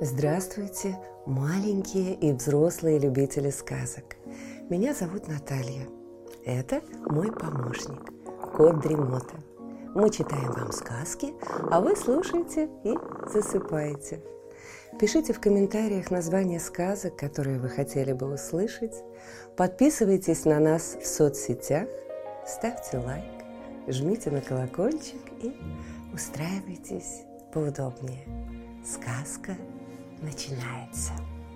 Здравствуйте, маленькие и взрослые любители сказок. Меня зовут Наталья. Это мой помощник, кот Дремота. Мы читаем вам сказки, а вы слушаете и засыпаете. Пишите в комментариях названия сказок, которые вы хотели бы услышать. Подписывайтесь на нас в соцсетях, ставьте лайк, жмите на колокольчик и устраивайтесь поудобнее. Сказка начинается.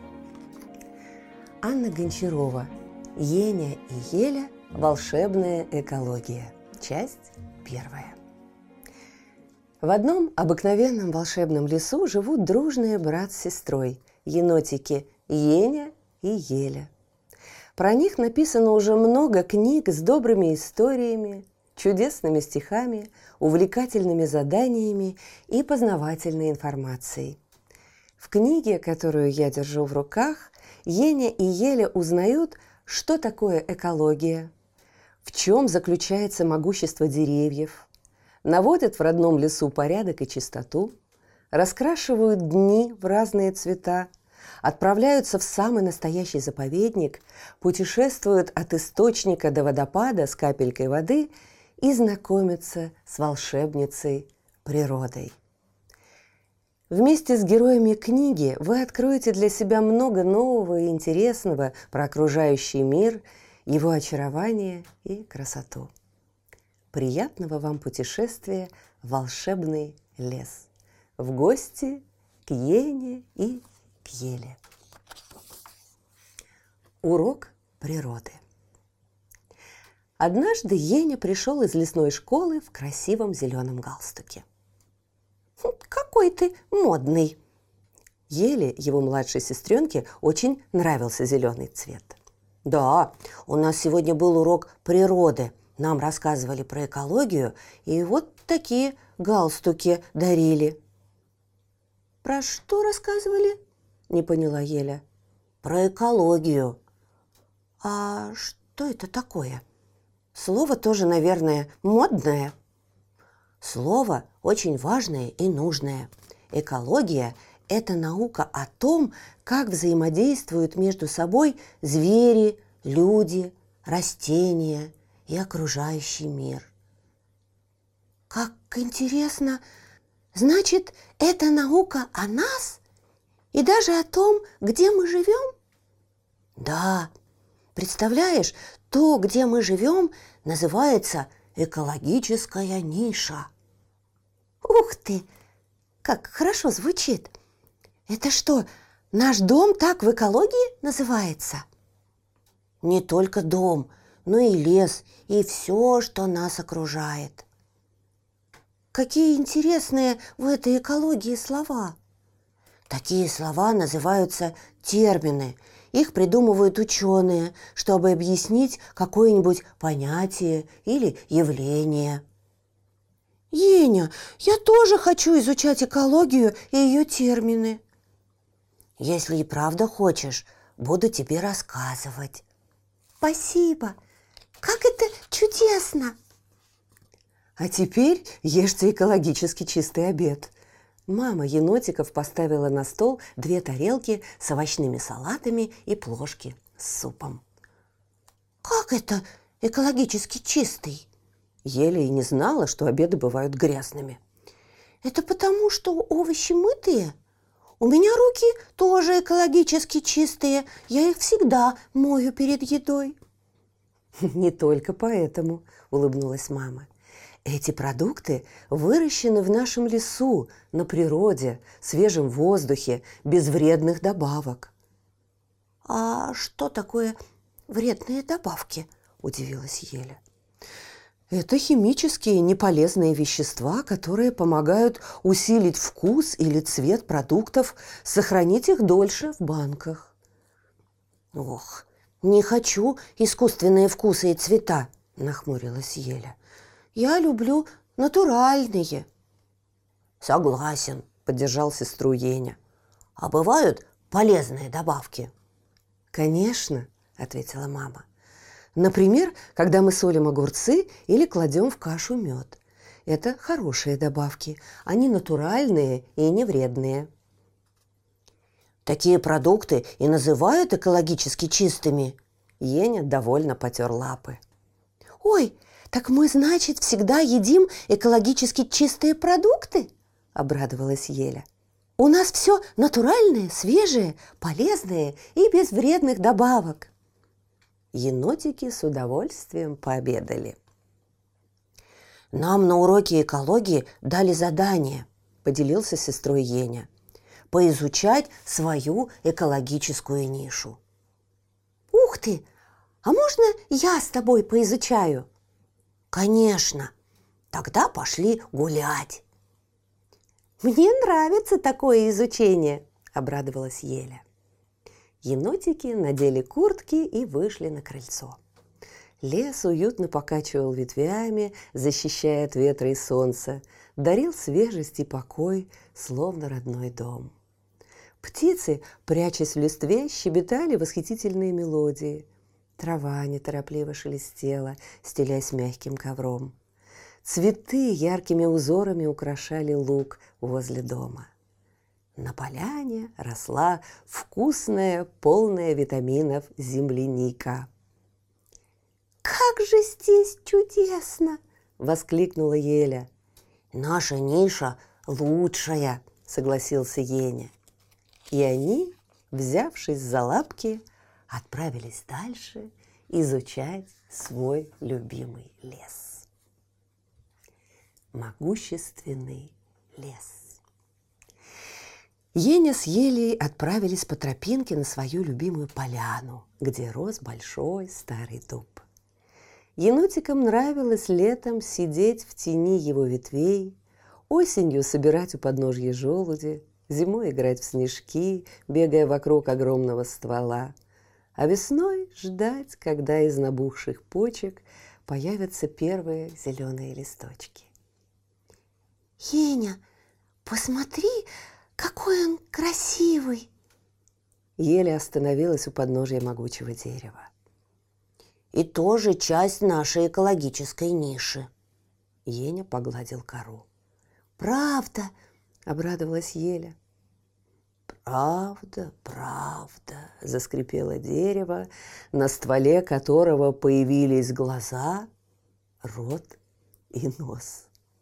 Анна Гончарова. Еня и Еля. Волшебная экология. Часть первая. В одном обыкновенном волшебном лесу живут дружные брат с сестрой, енотики Еня и Еля. Про них написано уже много книг с добрыми историями, чудесными стихами, увлекательными заданиями и познавательной информацией. В книге, которую я держу в руках, Еня и Еля узнают, что такое экология, в чем заключается могущество деревьев, наводят в родном лесу порядок и чистоту, раскрашивают дни в разные цвета, отправляются в самый настоящий заповедник, путешествуют от источника до водопада с капелькой воды и знакомятся с волшебницей природой. Вместе с героями книги вы откроете для себя много нового и интересного про окружающий мир, его очарование и красоту. Приятного вам путешествия в волшебный лес, в гости к Ене и к Еле. Урок природы. Однажды Еня пришел из лесной школы в красивом зеленом галстуке. «Какой ты модный!» Еле, его младшей сестренке, очень нравился зеленый цвет. «Да, у нас сегодня был урок природы. Нам рассказывали про экологию, и вот такие галстуки дарили». «Про что рассказывали?» – не поняла Еля. «Про экологию». «А что это такое? Слово тоже, наверное, модное». Слово очень важное и нужное. Экология – это наука о том, как взаимодействуют между собой звери, люди, растения и окружающий мир. Как интересно! Значит, это наука о нас и даже о том, где мы живем? Да, представляешь, то, где мы живем, называется экологическая ниша. Ух ты! Как хорошо звучит! Это что, наш дом так в экологии называется? Не только дом, но и лес, и все, что нас окружает. Какие интересные в этой экологии слова! Такие слова называются термины. Их придумывают ученые, чтобы объяснить какое-нибудь понятие или явление. «Еня, я тоже хочу изучать экологию и ее термины». «Если и правда хочешь, буду тебе рассказывать». «Спасибо! Как это чудесно!» «А теперь ешьте экологически чистый обед». Мама енотиков поставила на стол 2 тарелки с овощными салатами и плошки с супом. «Как это экологически чистый?» Еля и не знала, что обеды бывают грязными. «Это потому, что овощи мытые? У меня руки тоже экологически чистые. Я их всегда мою перед едой». «Не только поэтому», – улыбнулась мама. «Эти продукты выращены в нашем лесу, на природе, свежем воздухе, без вредных добавок». «А что такое вредные добавки?» – удивилась Еля. «Это химические неполезные вещества, которые помогают усилить вкус или цвет продуктов, сохранить их дольше в банках». «Ох, не хочу искусственные вкусы и цвета», – нахмурилась Еля. «Я люблю натуральные». «Согласен», – поддержал сестру Еня. «А бывают полезные добавки?» «Конечно», – ответила мама. «Например, когда мы солим огурцы или кладем в кашу мед. Это хорошие добавки, они натуральные и не вредные». Такие продукты и называют экологически чистыми. Еня довольно потер лапы. «Ой, так мы, значит, всегда едим экологически чистые продукты?» – обрадовалась Еля. «У нас все натуральное, свежее, полезное и без вредных добавок». Енотики с удовольствием пообедали. «Нам на уроке экологии дали задание», – поделился с сестрой Еня, – «поизучать свою экологическую нишу». «Ух ты! А можно я с тобой поизучаю?» «Конечно! Тогда пошли гулять!» «Мне нравится такое изучение!» – обрадовалась Еля. Енотики надели куртки и вышли на крыльцо. Лес уютно покачивал ветвями, защищая от ветра и солнца, дарил свежесть и покой, словно родной дом. Птицы, прячась в листве, щебетали восхитительные мелодии. Трава неторопливо шелестела, стелясь мягким ковром. Цветы яркими узорами украшали луг возле дома. На поляне росла вкусная, полная витаминов земляника. «Как же здесь чудесно!» – воскликнула Еля. «Наша ниша лучшая!» – согласился Еня. И они, взявшись за лапки, отправились дальше изучать свой любимый лес. Могущественный лес. Еня с Елей отправились по тропинке на свою любимую поляну, где рос большой старый дуб. Енотикам нравилось летом сидеть в тени его ветвей, осенью собирать у подножья желуди, зимой играть в снежки, бегая вокруг огромного ствола, а весной ждать, когда из набухших почек появятся первые зеленые листочки. «Еня, посмотри, какой он красивый!» Еля остановилась у подножия могучего дерева. «И тоже часть нашей экологической ниши». Еня погладил кору. «Правда!» – обрадовалась Еля. «Правда, правда!» – заскрипело дерево, на стволе которого появились глаза, рот и нос.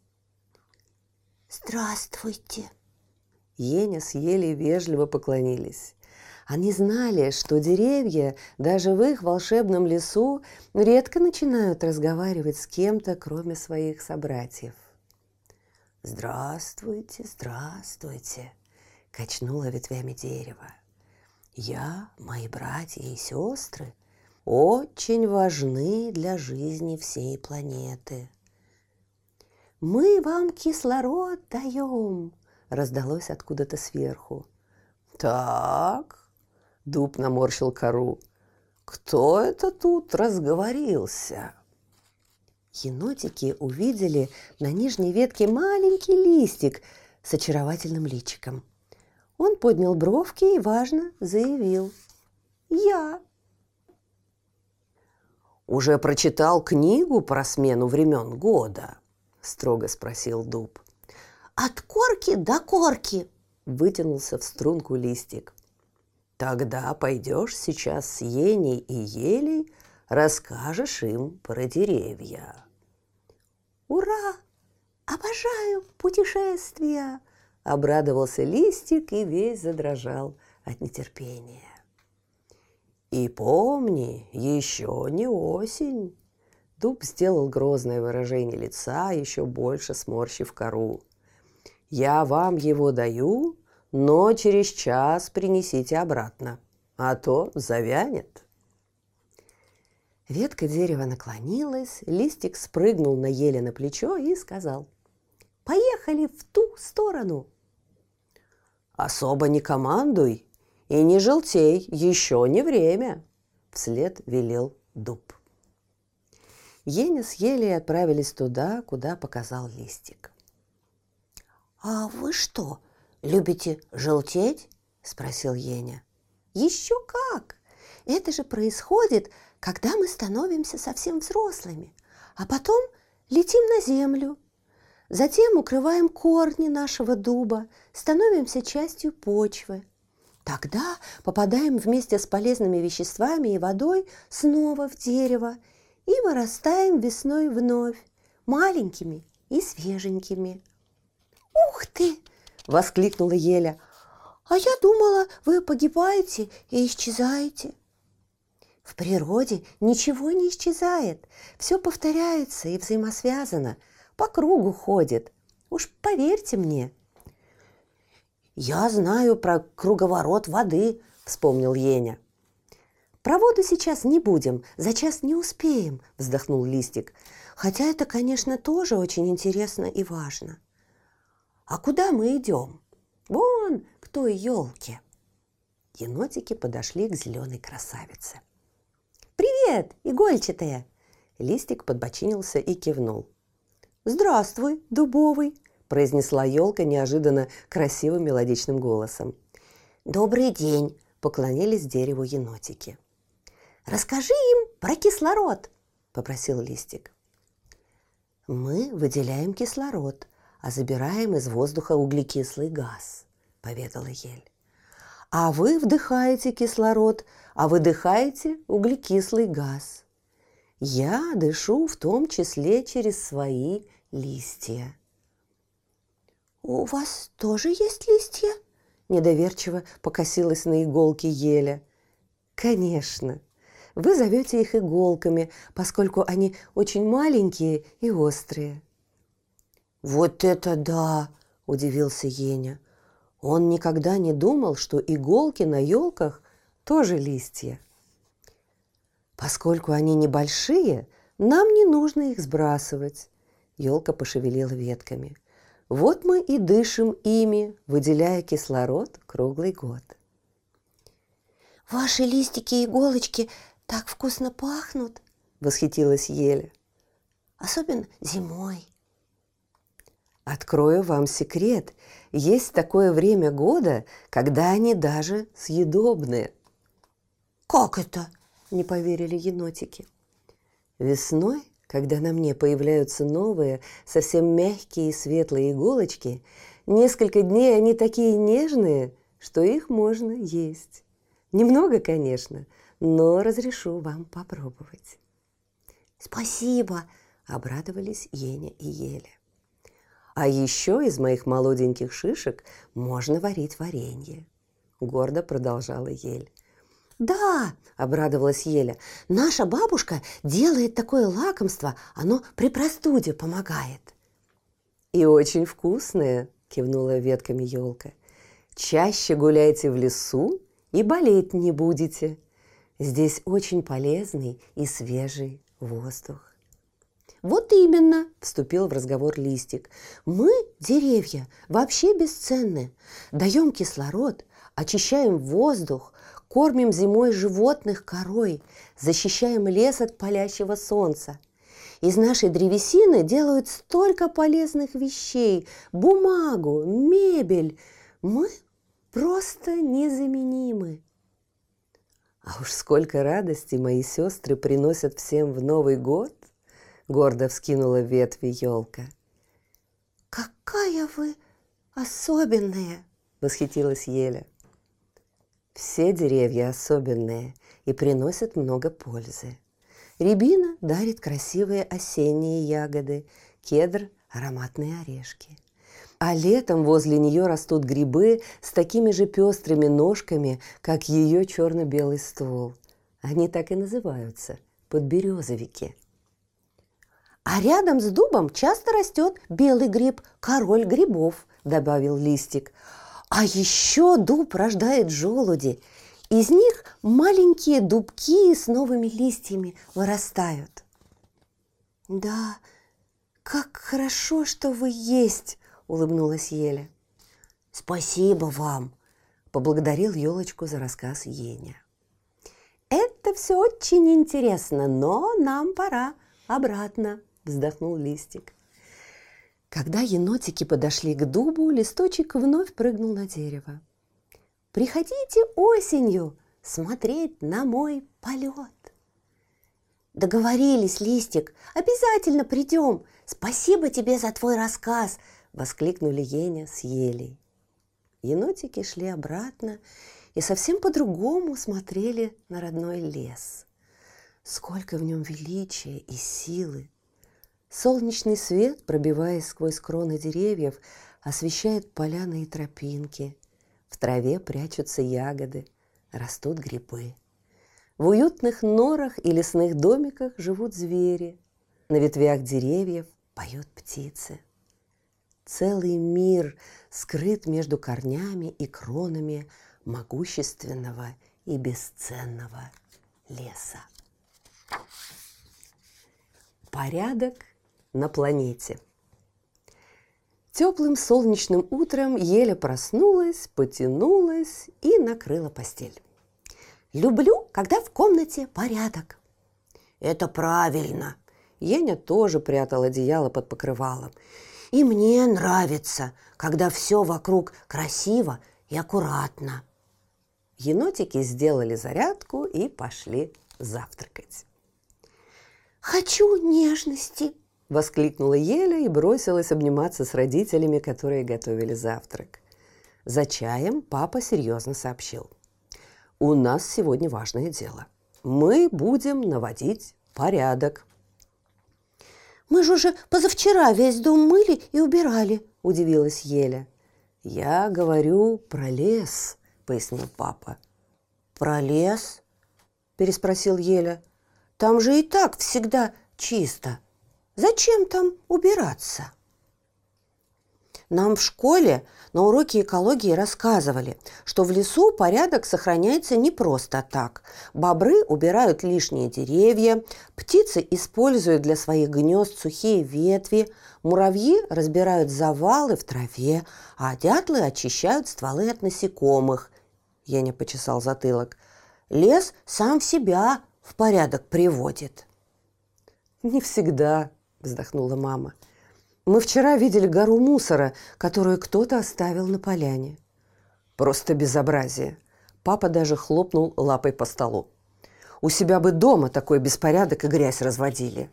«Здравствуйте!» Еня с Елей вежливо поклонились. Они знали, что деревья даже в их волшебном лесу редко начинают разговаривать с кем-то, кроме своих собратьев. «Здравствуйте, здравствуйте!» – качнуло ветвями дерево. «Я, мои братья и сестры, очень важны для жизни всей планеты». «Мы вам кислород даем!» – раздалось откуда-то сверху. «Так», – дуб наморщил кору, – «кто это тут разговорился?» Енотики увидели на нижней ветке маленький листик с очаровательным личиком. Он поднял бровки и важно заявил: «Я». «Уже прочитал книгу про смену времен года?» – строго спросил дуб. «От корки до корки!» – вытянулся в струнку листик. «Тогда пойдешь сейчас с Еней и Елей, расскажешь им про деревья». «Ура! Обожаю путешествия!» – обрадовался листик и весь задрожал от нетерпения. «И помни, еще не осень!» Дуб сделал грозное выражение лица, еще больше сморщив кору. «Я вам его даю, но через час принесите обратно, а то завянет». Ветка дерева наклонилась, листик спрыгнул на еле на плечо и сказал: «Поехали в ту сторону». «Особо не командуй и не желтей, еще не время», – вслед велел дуб. Еня с Елей отправились туда, куда показал листик. «А вы что, любите желтеть?» – спросил Еня. «Еще как! Это же происходит, когда мы становимся совсем взрослыми, а потом летим на землю. Затем укрываем корни нашего дуба, становимся частью почвы. Тогда попадаем вместе с полезными веществами и водой снова в дерево и вырастаем весной вновь, маленькими и свеженькими. «Ух ты!» – воскликнула Еля. «А я думала, вы погибаете и исчезаете». В природе ничего не исчезает, все повторяется и взаимосвязано, по кругу ходит. Уж поверьте мне. «Я знаю про круговорот воды», – вспомнил Еня. «Про воду сейчас не будем, за час не успеем», – вздохнул Листик. «Хотя это, конечно, тоже очень интересно и важно». «А куда мы идем?» «Вон к той елке». Енотики подошли к зеленой красавице. «Привет, игольчатая!» Листик подбочинился и кивнул. «Здравствуй, дубовый!» – произнесла елка неожиданно красивым мелодичным голосом. «Добрый день!» – поклонились дереву енотики. «Расскажи им про кислород!» – попросил Листик. «Мы выделяем кислород, а забираем из воздуха углекислый газ», – поведала ель. «А вы вдыхаете кислород, а выдыхаете углекислый газ. Я дышу в том числе через свои листья». «У вас тоже есть листья?» – недоверчиво покосилась на иголки еля. «Конечно. Вы зовете их иголками, поскольку они очень маленькие и острые». «Вот это да!» – удивился Еня. Он никогда не думал, что иголки на елках тоже листья. «Поскольку они небольшие, нам не нужно их сбрасывать», – елка пошевелила ветками. «Вот мы и дышим ими, выделяя кислород круглый год». «Ваши листики и иголочки так вкусно пахнут!» – восхитилась еля. «Особенно зимой». «Открою вам секрет. Есть такое время года, когда они даже съедобные». «Как это?» – не поверили енотики. «Весной, когда на мне появляются новые, совсем мягкие и светлые иголочки, несколько дней они такие нежные, что их можно есть. Немного, конечно, но разрешу вам попробовать». «Спасибо!» – обрадовались Еня и еля. «А еще из моих молоденьких шишек можно варить варенье», – гордо продолжала ель. «Да!» – обрадовалась еля. «Наша бабушка делает такое лакомство, оно при простуде помогает». «И очень вкусное!» – кивнула ветками елка. «Чаще гуляйте в лесу и болеть не будете. Здесь очень полезный и свежий воздух». «Вот именно!» – вступил в разговор Листик. «Мы, деревья, вообще бесценны. Даем кислород, очищаем воздух, кормим зимой животных корой, защищаем лес от палящего солнца. Из нашей древесины делают столько полезных вещей – бумагу, мебель. Мы просто незаменимы». «А уж сколько радости мои сестры приносят всем в Новый год!» – гордо вскинула ветви елка. «Какая вы особенная!» – восхитилась еля. «Все деревья особенные и приносят много пользы. Рябина дарит красивые осенние ягоды, кедр – ароматные орешки. А летом возле нее растут грибы с такими же пестрыми ножками, как ее черно-белый ствол. Они так и называются – подберезовики». «А рядом с дубом часто растет белый гриб, король грибов», – добавил Листик. «А еще дуб рождает желуди. Из них маленькие дубки с новыми листьями вырастают». «Да, как хорошо, что вы есть», – улыбнулась еля. «Спасибо вам», – поблагодарил елочку за рассказ Еня. «Это все очень интересно, но нам пора обратно», – вздохнул Листик. Когда енотики подошли к дубу, листочек вновь прыгнул на дерево. «Приходите осенью смотреть на мой полет». «Договорились, Листик, обязательно придем. Спасибо тебе за твой рассказ», – воскликнули Еня с елей. Енотики шли обратно и совсем по-другому смотрели на родной лес. Сколько в нем величия и силы! Солнечный свет, пробиваясь сквозь кроны деревьев, освещает поляны и тропинки. В траве прячутся ягоды, растут грибы. В уютных норах и лесных домиках живут звери. На ветвях деревьев поют птицы. Целый мир скрыт между корнями и кронами могущественного и бесценного леса. Порядок на планете. Теплым солнечным утром Еля проснулась, потянулась и накрыла постель. «Люблю, когда в комнате порядок». Это правильно. Еня тоже прятала одеяло под покрывалом. И мне нравится, когда все вокруг красиво и аккуратно. Енотики сделали зарядку и пошли завтракать. «Хочу нежности!» – воскликнула Еля и бросилась обниматься с родителями, которые готовили завтрак. За чаем папа серьезно сообщил. «У нас сегодня важное дело. Мы будем наводить порядок». «Мы же уже позавчера весь дом мыли и убирали», – удивилась Еля. «Я говорю про лес», – пояснил папа. «Про лес?» – переспросил Еля. «Там же и так всегда чисто. Зачем там убираться?» Нам в школе на уроке экологии рассказывали, что в лесу порядок сохраняется не просто так. Бобры убирают лишние деревья, птицы используют для своих гнезд сухие ветви, муравьи разбирают завалы в траве, а дятлы очищают стволы от насекомых. Еня почесал затылок. Лес сам себя в порядок приводит. «Не всегда», – вздохнула мама. «Мы вчера видели гору мусора, которую кто-то оставил на поляне». «Просто безобразие». Папа даже хлопнул лапой по столу. «У себя бы дома такой беспорядок и грязь разводили».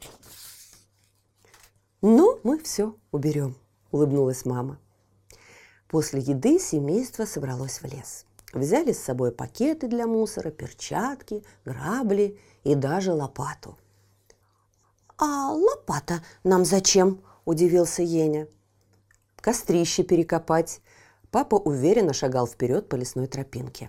«Ну, мы все уберем», – улыбнулась мама. После еды семейство собралось в лес. Взяли с собой пакеты для мусора, перчатки, грабли и даже лопату. «А лопата нам зачем?» – удивился Еня. «Кострище перекопать». Папа уверенно шагал вперед по лесной тропинке.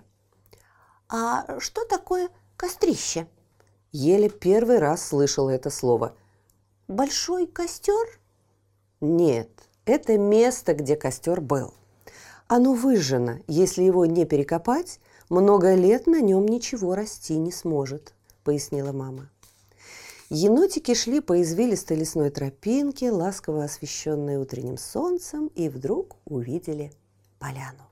«А что такое кострище?» Еля первый раз слышала это слово. «Большой костер?» Нет, это место, где костер был. Оно выжжено. Если его не перекопать, много лет на нем ничего расти не сможет, пояснила мама. Енотики шли по извилистой лесной тропинке, ласково освещенной утренним солнцем, и вдруг увидели поляну.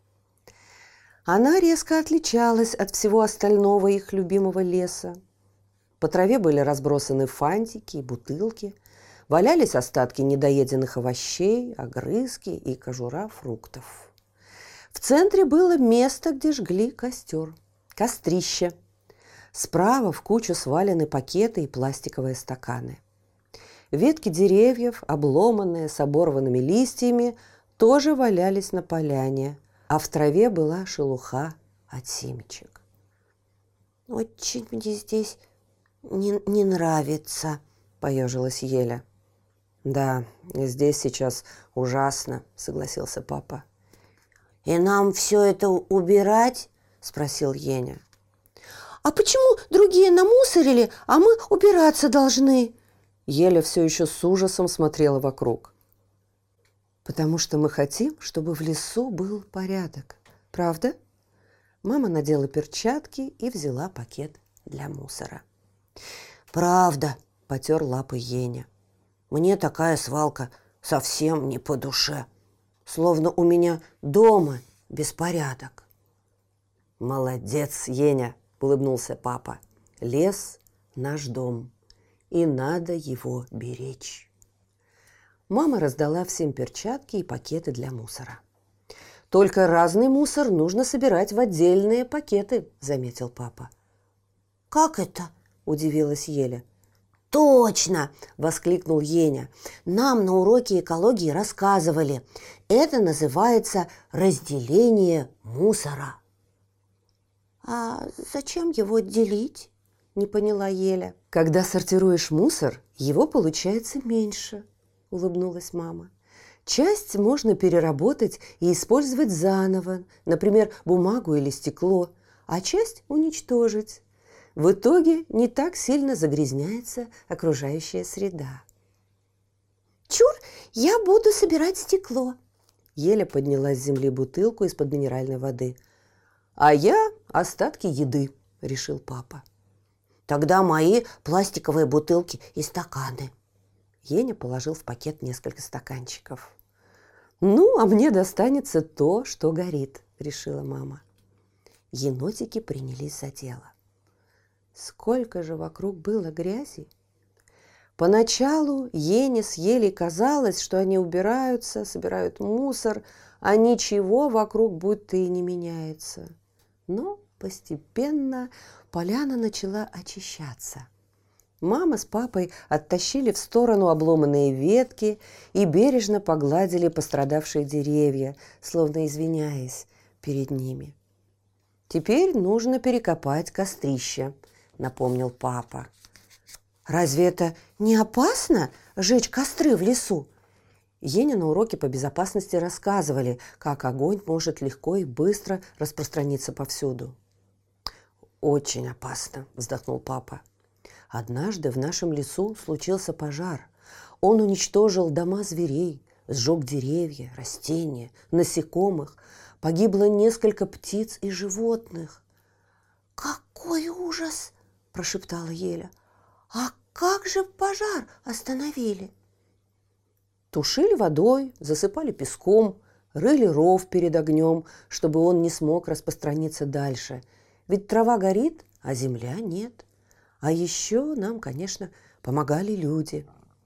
Она резко отличалась от всего остального их любимого леса. По траве были разбросаны фантики и бутылки, валялись остатки недоеденных овощей, огрызки и кожура фруктов. В центре было место, где жгли костер – кострище. Справа в кучу свалены пакеты и пластиковые стаканы. Ветки деревьев, обломанные с оборванными листьями, тоже валялись на поляне, а в траве была шелуха от семечек. «Очень мне здесь не нравится», – поежилась Еля. «Да, здесь сейчас ужасно», – согласился папа. «И нам все это убирать?» – спросил Еня. «А почему другие намусорили, а мы убираться должны?» Еля все еще с ужасом смотрела вокруг. «Потому что мы хотим, чтобы в лесу был порядок. Правда?» Мама надела перчатки и взяла пакет для мусора. «Правда», – потер лапы Еня. «Мне такая свалка совсем не по душе. Словно у меня дома беспорядок». «Молодец, Еня!» – улыбнулся папа. «Лес – наш дом, и надо его беречь». Мама раздала всем перчатки и пакеты для мусора. «Только разный мусор нужно собирать в отдельные пакеты», – заметил папа. «Как это?» – удивилась Еля. «Точно!» – воскликнул Еня. «Нам на уроке экологии рассказывали. Это называется разделение мусора». А зачем его делить? Не поняла Еля. Когда сортируешь мусор, его получается меньше, улыбнулась мама. Часть можно переработать и использовать заново, например, бумагу или стекло, а часть уничтожить. В итоге не так сильно загрязняется окружающая среда. Чур, я буду собирать стекло. Еля подняла с земли бутылку из-под минеральной воды. А я остатки еды, решил папа. Тогда мои пластиковые бутылки и стаканы. Еня положил в пакет несколько стаканчиков. «Ну, а мне достанется то, что горит», – решила мама. Енотики принялись за дело. Сколько же вокруг было грязи! Поначалу Ене с Елей казалось, что они убираются, собирают мусор, а ничего вокруг будто и не меняется. Но постепенно поляна начала очищаться. Мама с папой оттащили в сторону обломанные ветки и бережно погладили пострадавшие деревья, словно извиняясь перед ними. «Теперь нужно перекопать кострище», – напомнил папа. «Разве это не опасно жечь костры в лесу?» Ене на уроке по безопасности рассказывали, как огонь может легко и быстро распространиться повсюду. «Очень опасно», – вздохнул папа. «Однажды в нашем лесу случился пожар. Он уничтожил дома зверей, сжег деревья, растения, насекомых. Погибло несколько птиц и животных». «Какой ужас!» – прошептала Еля. «А как же пожар остановили?» Тушили водой, засыпали песком, рыли ров перед огнем, чтобы он не смог распространиться дальше. Ведь трава горит, а земля нет. А еще нам, конечно, помогали люди.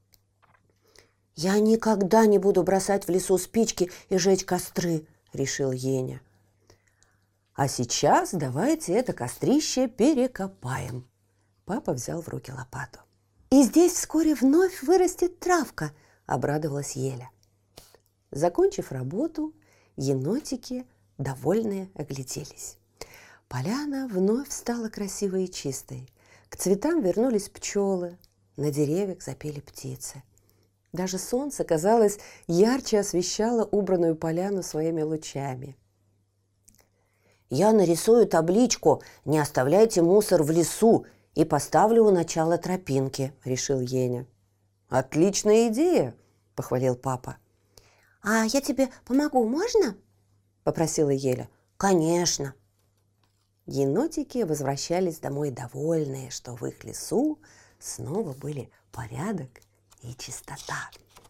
«Я никогда не буду бросать в лесу спички и жечь костры», – решил Еня. «А сейчас давайте это кострище перекопаем». Папа взял в руки лопату. «И здесь вскоре вновь вырастет травка», – обрадовалась Еля. Закончив работу, енотики, довольные, огляделись. Поляна вновь стала красивой и чистой. К цветам вернулись пчелы, на деревьях запели птицы. Даже солнце, казалось, ярче освещало убранную поляну своими лучами. «Я нарисую табличку «Не оставляйте мусор в лесу» и поставлю у начала тропинки», – решил Еня. «Отличная идея!» – похвалил папа. «А я тебе помогу, можно?» – попросила Еля. «Конечно!» Енотики возвращались домой довольные, что в их лесу снова были порядок и чистота.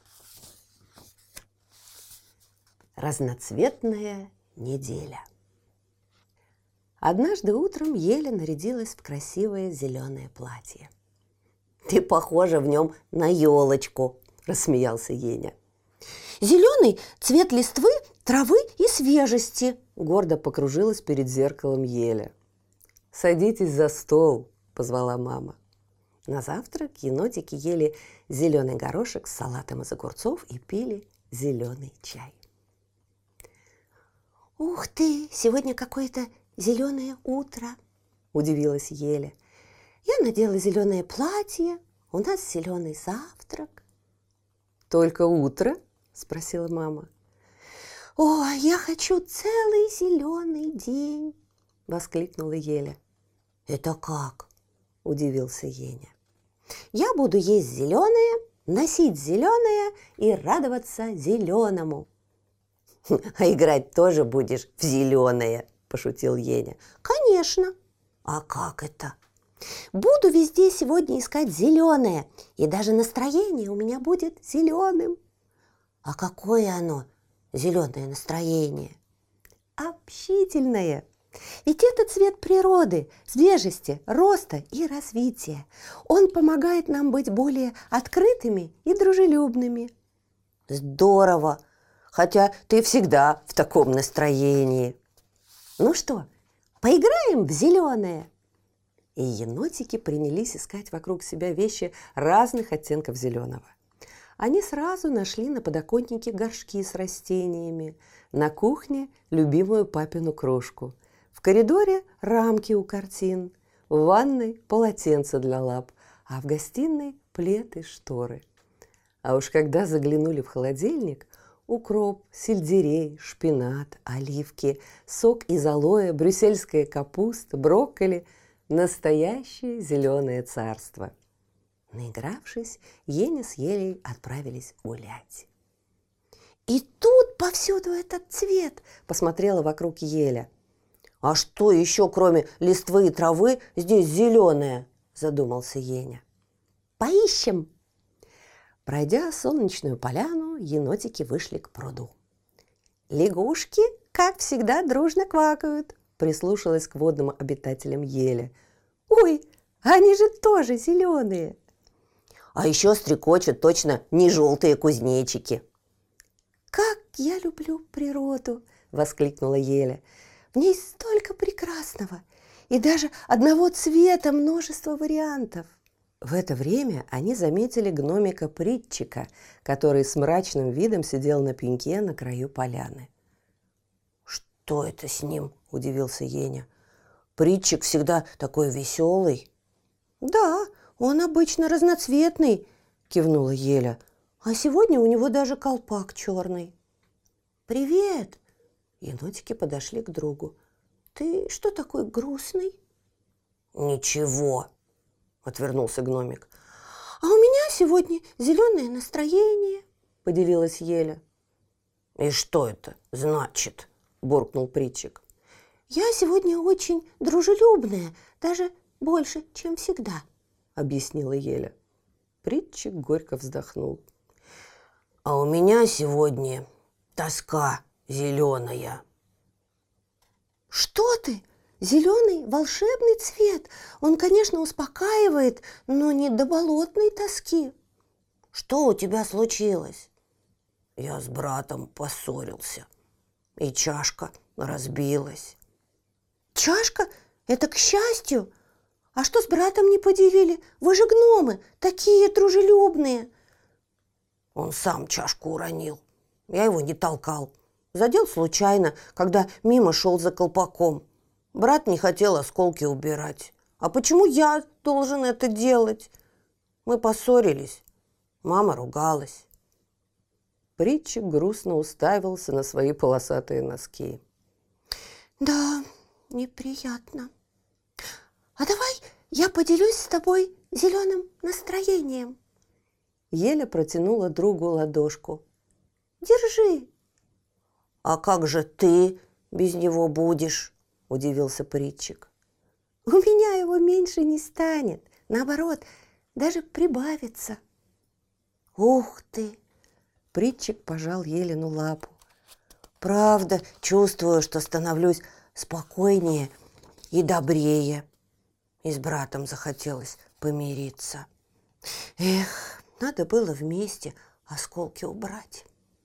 Разноцветная неделя. Однажды утром Еля нарядилась в красивое зеленое платье. «Ты похожа в нем на елочку», – рассмеялся Еня. «Зеленый цвет листвы, травы и свежести», – гордо покружилась перед зеркалом Еля. «Садитесь за стол», – позвала мама. На завтрак енотики ели зеленый горошек с салатом из огурцов и пили зеленый чай. «Ух ты, сегодня какое-то зеленое утро», – удивилась Еля. «Я надела зеленое платье, у нас зеленый завтрак». «Только утро?» – спросила мама. «О, я хочу целый зеленый день!» – воскликнула Еля. «Это как?» – удивился Еня. «Я буду есть зеленое, носить зеленое и радоваться зеленому». «А играть тоже будешь в зеленое?» – пошутил Еня. «Конечно!» «А как это?» «Буду везде сегодня искать зеленое, и даже настроение у меня будет зеленым». «А какое оно, зеленое настроение?» «Общительное. Ведь это цвет природы, свежести, роста и развития. Он помогает нам быть более открытыми и дружелюбными». «Здорово! Хотя ты всегда в таком настроении». «Ну что, поиграем в зеленое?» И енотики принялись искать вокруг себя вещи разных оттенков зеленого. Они сразу нашли на подоконнике горшки с растениями, на кухне любимую папину кружку. В коридоре рамки у картин, в ванной полотенце для лап, а в гостиной плед и шторы. А уж когда заглянули в холодильник, укроп, сельдерей, шпинат, оливки, сок из алоэ, брюссельская капуста, брокколи – настоящее зеленое царство. Наигравшись, Еня с Елей отправились гулять. «И тут повсюду этот цвет!» – посмотрела вокруг Еля. «А что еще, кроме листвы и травы, здесь зеленое?» – задумался Еня. «Поищем!» Пройдя солнечную поляну, енотики вышли к пруду. «Лягушки, как всегда, дружно квакают!» – прислушалась к водным обитателям Еля. «Ой, они же тоже зеленые!» А еще стрекочут точно не желтые кузнечики. «Как я люблю природу!» – воскликнула Еля. «В ней столько прекрасного, и даже одного цвета множество вариантов». В это время они заметили гномика Притчика, который с мрачным видом сидел на пеньке на краю поляны. «Что это с ним?» – удивился Еня. «Притчик всегда такой веселый». «Да, он обычно разноцветный», – кивнула Еля. «А сегодня у него даже колпак черный». «Привет!» Енотики подошли к другу. «Ты что такой грустный?» «Ничего», – отвернулся гномик. «А у меня сегодня зеленое настроение», – поделилась Еля. «И что это значит?» – буркнул Притчик. «Я сегодня очень дружелюбная, даже больше, чем всегда», – объяснила Еля. Притчик горько вздохнул. «А у меня сегодня тоска зеленая». «Что ты? Зеленый волшебный цвет. Он, конечно, успокаивает, но не до болотной тоски». «Что у тебя случилось?» «Я с братом поссорился, и чашка разбилась». «Чашка? Это к счастью. А что с братом не поделили? Вы же гномы, такие дружелюбные». Он сам чашку уронил. Я его не толкал. Задел случайно, когда мимо шел за колпаком. Брат не хотел осколки убирать. А почему я должен это делать? Мы поссорились. Мама ругалась. Притчик грустно уставился на свои полосатые носки. «Да, неприятно. А давай я поделюсь с тобой зеленым настроением». Еля протянула другу ладошку. «Держи». «А как же ты без него будешь?» – удивился Притчик. «У меня его меньше не станет. Наоборот, даже прибавится». «Ух ты!» – Притчик пожал Елину лапу. «Правда, чувствую, что становлюсь спокойнее и добрее. И с братом захотелось помириться. Эх, надо было вместе осколки убрать».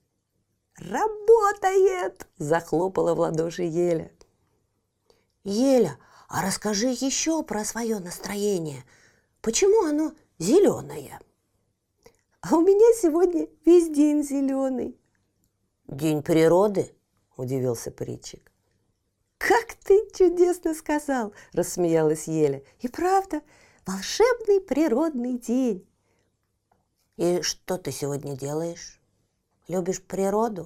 «Работает!» – захлопала в ладоши Еля. «Еля, а расскажи еще про свое настроение. Почему оно зеленое?» «А у меня сегодня весь день зеленый». «День природы?» – удивился Притчик. «Как ты чудесно сказал!» – рассмеялась Еля. «И правда, волшебный природный день». «И что ты сегодня делаешь? Любишь природу?»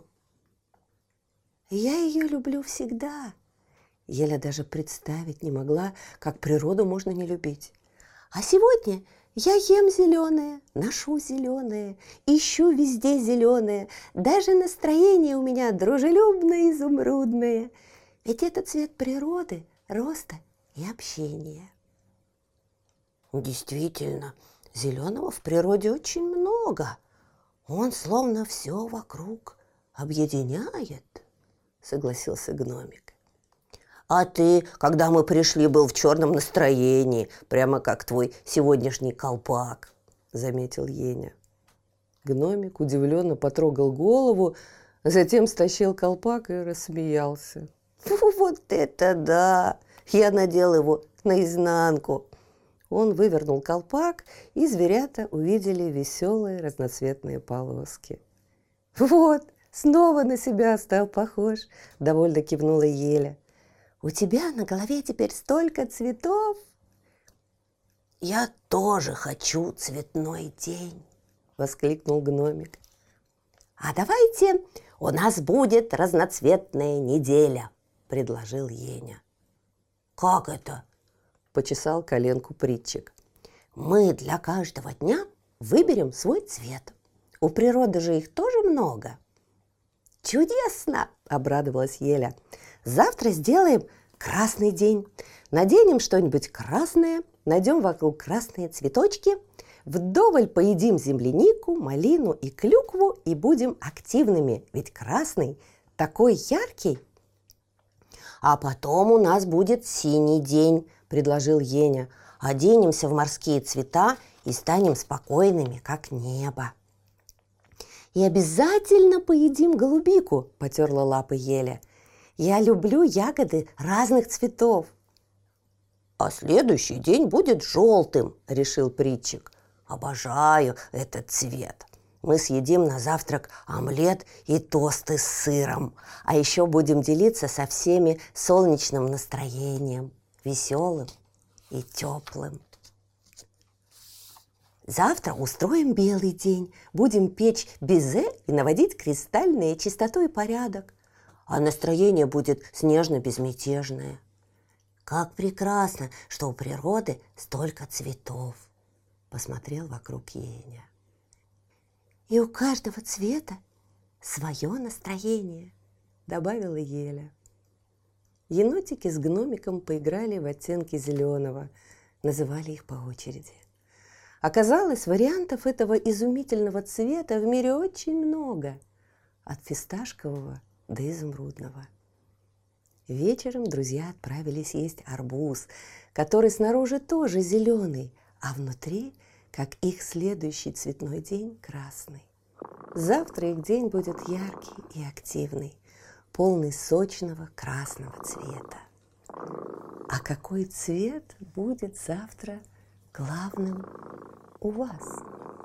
«Я ее люблю всегда». Еля даже представить не могла, как природу можно не любить. «А сегодня я ем зеленое, ношу зеленое, ищу везде зеленое. Даже настроение у меня дружелюбное, изумрудное. Ведь это цвет природы, роста и общения». «Действительно, зеленого в природе очень много. Он словно все вокруг объединяет», – согласился гномик. «А ты, когда мы пришли, был в черном настроении, прямо как твой сегодняшний колпак», – заметил Еня. Гномик удивленно потрогал голову, затем стащил колпак и рассмеялся. «Вот это да! Я надел его наизнанку». Он вывернул колпак, и зверята увидели веселые разноцветные полоски. «Вот, снова на себя стал похож», – довольно кивнула Еля. у тебя на голове теперь столько цветов!» «Я тоже хочу цветной день!» – воскликнул гномик. «А давайте у нас будет разноцветная неделя!» – предложил Еня. «Как это?» – почесал коленку Притчик. «Мы для каждого дня выберем свой цвет. У природы же их тоже много». «Чудесно!» – обрадовалась Еля. «Завтра сделаем красный день. Наденем что-нибудь красное, найдем вокруг красные цветочки, вдоволь поедим землянику, малину и клюкву и будем активными, ведь красный такой яркий». «А потом у нас будет синий день», – предложил Еня. «Оденемся в морские цвета и станем спокойными, как небо». «И обязательно поедим голубику», – потерла лапы Еля. «Я люблю ягоды разных цветов». «А следующий день будет желтым», – решил Притчик. «Обожаю этот цвет. Мы съедим на завтрак омлет и тосты с сыром, а еще будем делиться со всеми солнечным настроением, веселым и теплым. Завтра устроим белый день, будем печь безе и наводить кристальные чистоту и порядок, а настроение будет снежно-безмятежное. Как прекрасно, что у природы столько цветов!» – посмотрел вокруг Еня. «И у каждого цвета свое настроение», – добавила Еля. Енотики с гномиком поиграли в оттенки зеленого, называли их по очереди. Оказалось, вариантов этого изумительного цвета в мире очень много, от фисташкового до изумрудного. Вечером друзья отправились есть арбуз, который снаружи тоже зеленый, а внутри, как их следующий цветной день, красный. Завтра их день будет яркий и активный, полный сочного красного цвета. А какой цвет будет завтра главным у вас?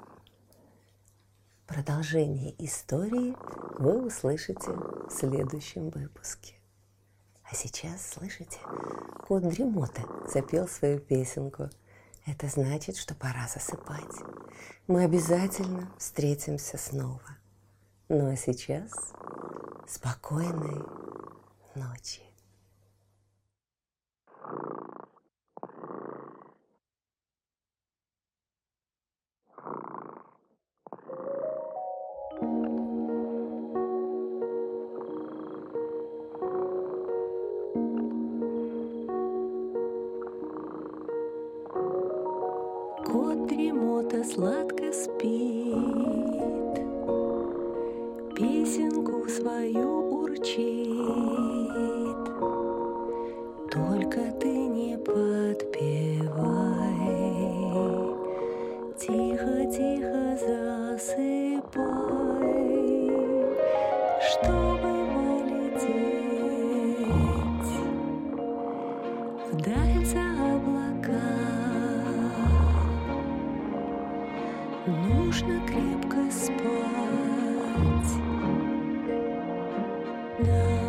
Продолжение истории вы услышите в следующем выпуске. А сейчас, слышите, кот Дремота запел свою песенку. Это значит, что пора засыпать. Мы обязательно встретимся снова. Ну а сейчас спокойной ночи. Кот Дремота сладко спит, песенку свою урчит. Только ты не подпевай, тихо-тихо засыпай, чтобы полететь вдаль за облака. Нужно крепко спать. Да.